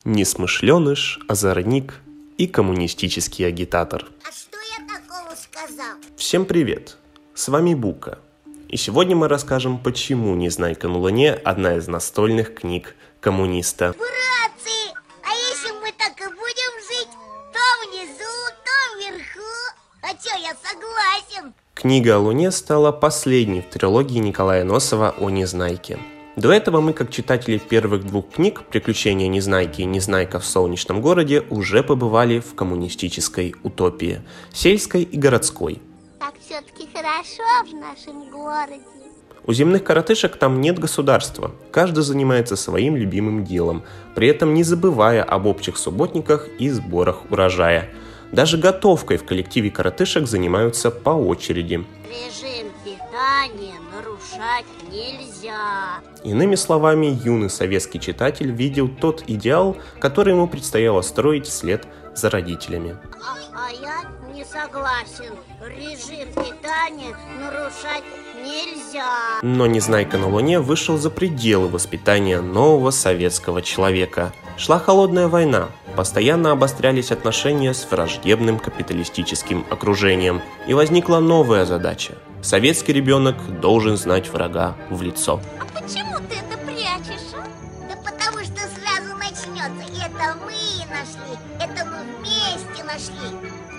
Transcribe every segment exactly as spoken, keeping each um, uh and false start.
Несмышленыш, озорник и коммунистический агитатор. А что я такого сказал? Всем привет! С вами Бука. И сегодня мы расскажем, почему «Незнайка на Луне» – одна из настольных книг коммуниста. Братцы, а если мы так и будем жить, то внизу, то вверху? А чё, я согласен. Книга о Луне стала последней в трилогии Николая Носова о Незнайке. До этого мы, как читатели первых двух книг «Приключения Незнайки» и «Незнайка в солнечном городе», уже побывали в коммунистической утопии – сельской и городской. Так все-таки хорошо в нашем городе. У земных коротышек там нет государства, каждый занимается своим любимым делом, при этом не забывая об общих субботниках и сборах урожая. Даже готовкой в коллективе коротышек занимаются по очереди. Режим питания нарушать нельзя. Иными словами, юный советский читатель видел тот идеал, который ему предстояло строить вслед за родителями. А, а я не согласен. Режим питания нарушать нельзя. Но «Незнайка на Луне» вышел за пределы воспитания нового советского человека. Шла холодная война, постоянно обострялись отношения с враждебным капиталистическим окружением, и возникла новая задача. Советский ребенок должен знать врага в лицо. А почему ты это прячешь, а? Да потому что сразу начнется. Это мы нашли, это мы вместе нашли.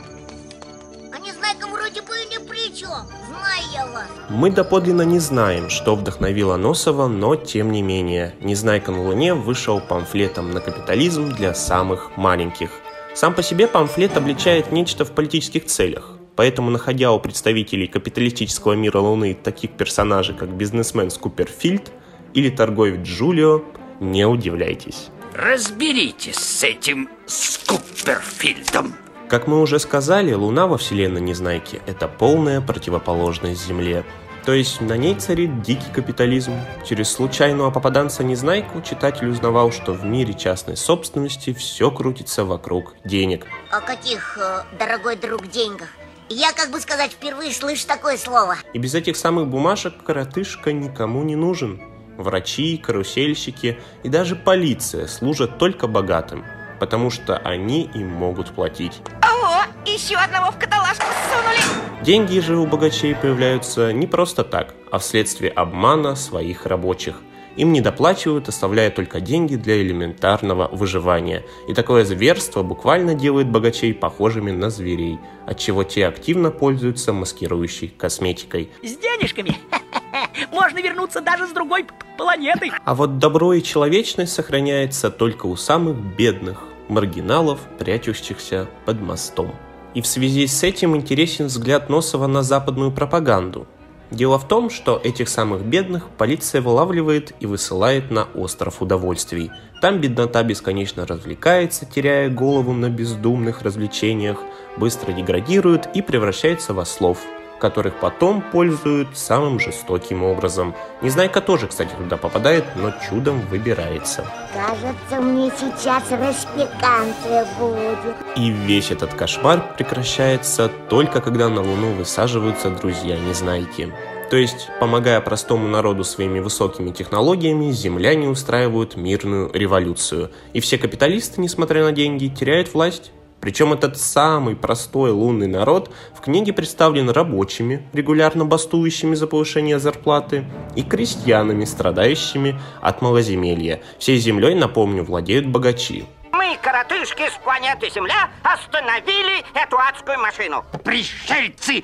А Незнайка вроде бы и ни при чем. Знаю я вас. Мы доподлинно не знаем, что вдохновило Носова, но тем не менее, «Незнайка на Луне» вышел памфлетом на капитализм для самых маленьких. Сам по себе памфлет обличает нечто в политических целях. Поэтому, находя у представителей капиталистического мира Луны таких персонажей, как бизнесмен Скуперфильд или торговец Джулио, не удивляйтесь. Разберитесь с этим Скуперфильдом. Как мы уже сказали, Луна во вселенной Незнайки – это полная противоположность Земле. То есть на ней царит дикий капитализм. Через случайного попаданца Незнайку читатель узнавал, что в мире частной собственности все крутится вокруг денег. О каких, э, дорогой друг, деньгах? Я, как бы сказать, впервые слышу такое слово. И без этих самых бумажек коротышка никому не нужен. Врачи, карусельщики и даже полиция служат только богатым, потому что они им могут платить. Ого, еще одного в каталажку сунули! Деньги же у богачей появляются не просто так, а вследствие обмана своих рабочих. Им недоплачивают, оставляя только деньги для элементарного выживания. И такое зверство буквально делает богачей похожими на зверей, отчего те активно пользуются маскирующей косметикой. С денежками можно вернуться даже с другой планеты. А вот добро и человечность сохраняется только у самых бедных маргиналов, прячущихся под мостом. И в связи с этим интересен взгляд Носова на западную пропаганду. Дело в том, что этих самых бедных полиция вылавливает и высылает на остров удовольствий. Там беднота бесконечно развлекается, теряя голову на бездумных развлечениях, быстро деградирует и превращается в ослов, которых потом пользуют самым жестоким образом. Незнайка тоже, кстати, туда попадает, но чудом выбирается. Кажется, мне сейчас распеканция будет. И весь этот кошмар прекращается только когда на Луну высаживаются друзья Незнайки. То есть, помогая простому народу своими высокими технологиями, земляне устраивают мирную революцию. И все капиталисты, несмотря на деньги, теряют власть. Причем этот самый простой лунный народ в книге представлен рабочими, регулярно бастующими за повышение зарплаты, и крестьянами, страдающими от малоземелья. Всей землей, напомню, владеют богачи. Мы, коротышки с планеты Земля, остановили эту адскую машину. Пришельцы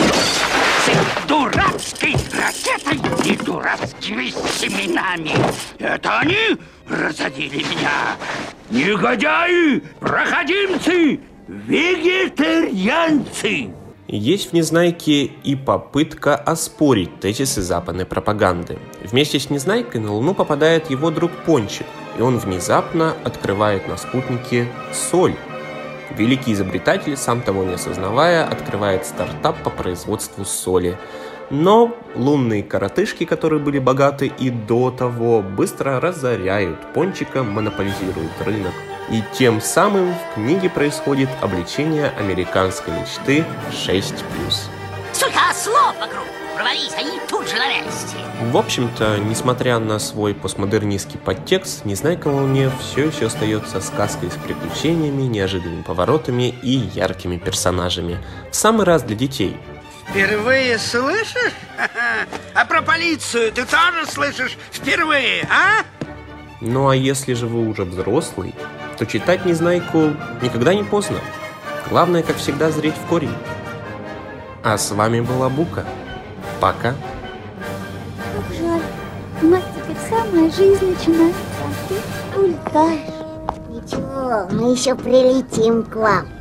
с дурацкой ракетой и дурацкими семенами. Это они разодели меня. Негодяи, проходимцы, вегетарианцы. Есть в «Незнайке» и попытка оспорить тезисы западной пропаганды. Вместе с Незнайкой на Луну попадает его друг Пончик, и он внезапно открывает на спутнике соль. Великий изобретатель, сам того не осознавая, открывает стартап по производству соли. Но лунные коротышки, которые были богаты и до того, быстро разоряют Пончика, монополизируют рынок. И тем самым в книге происходит обличение американской мечты шесть плюс. Сука, ослов вокруг. Провались, они тут же на месте. В общем-то, несмотря на свой постмодернистский подтекст, «Незнайка на Луне» все еще остается сказкой с приключениями, неожиданными поворотами и яркими персонажами. В самый раз для детей. Впервые слышишь? А про полицию ты тоже слышишь впервые, а? Ну а если же вы уже взрослый, то читать «Незнайку» никогда не поздно. Главное, как всегда, зреть в корень. А с вами была Бука. Пока. Как жаль. У нас теперь самая жизнь начинается, а ты улетаешь. Ничего, мы еще прилетим к вам.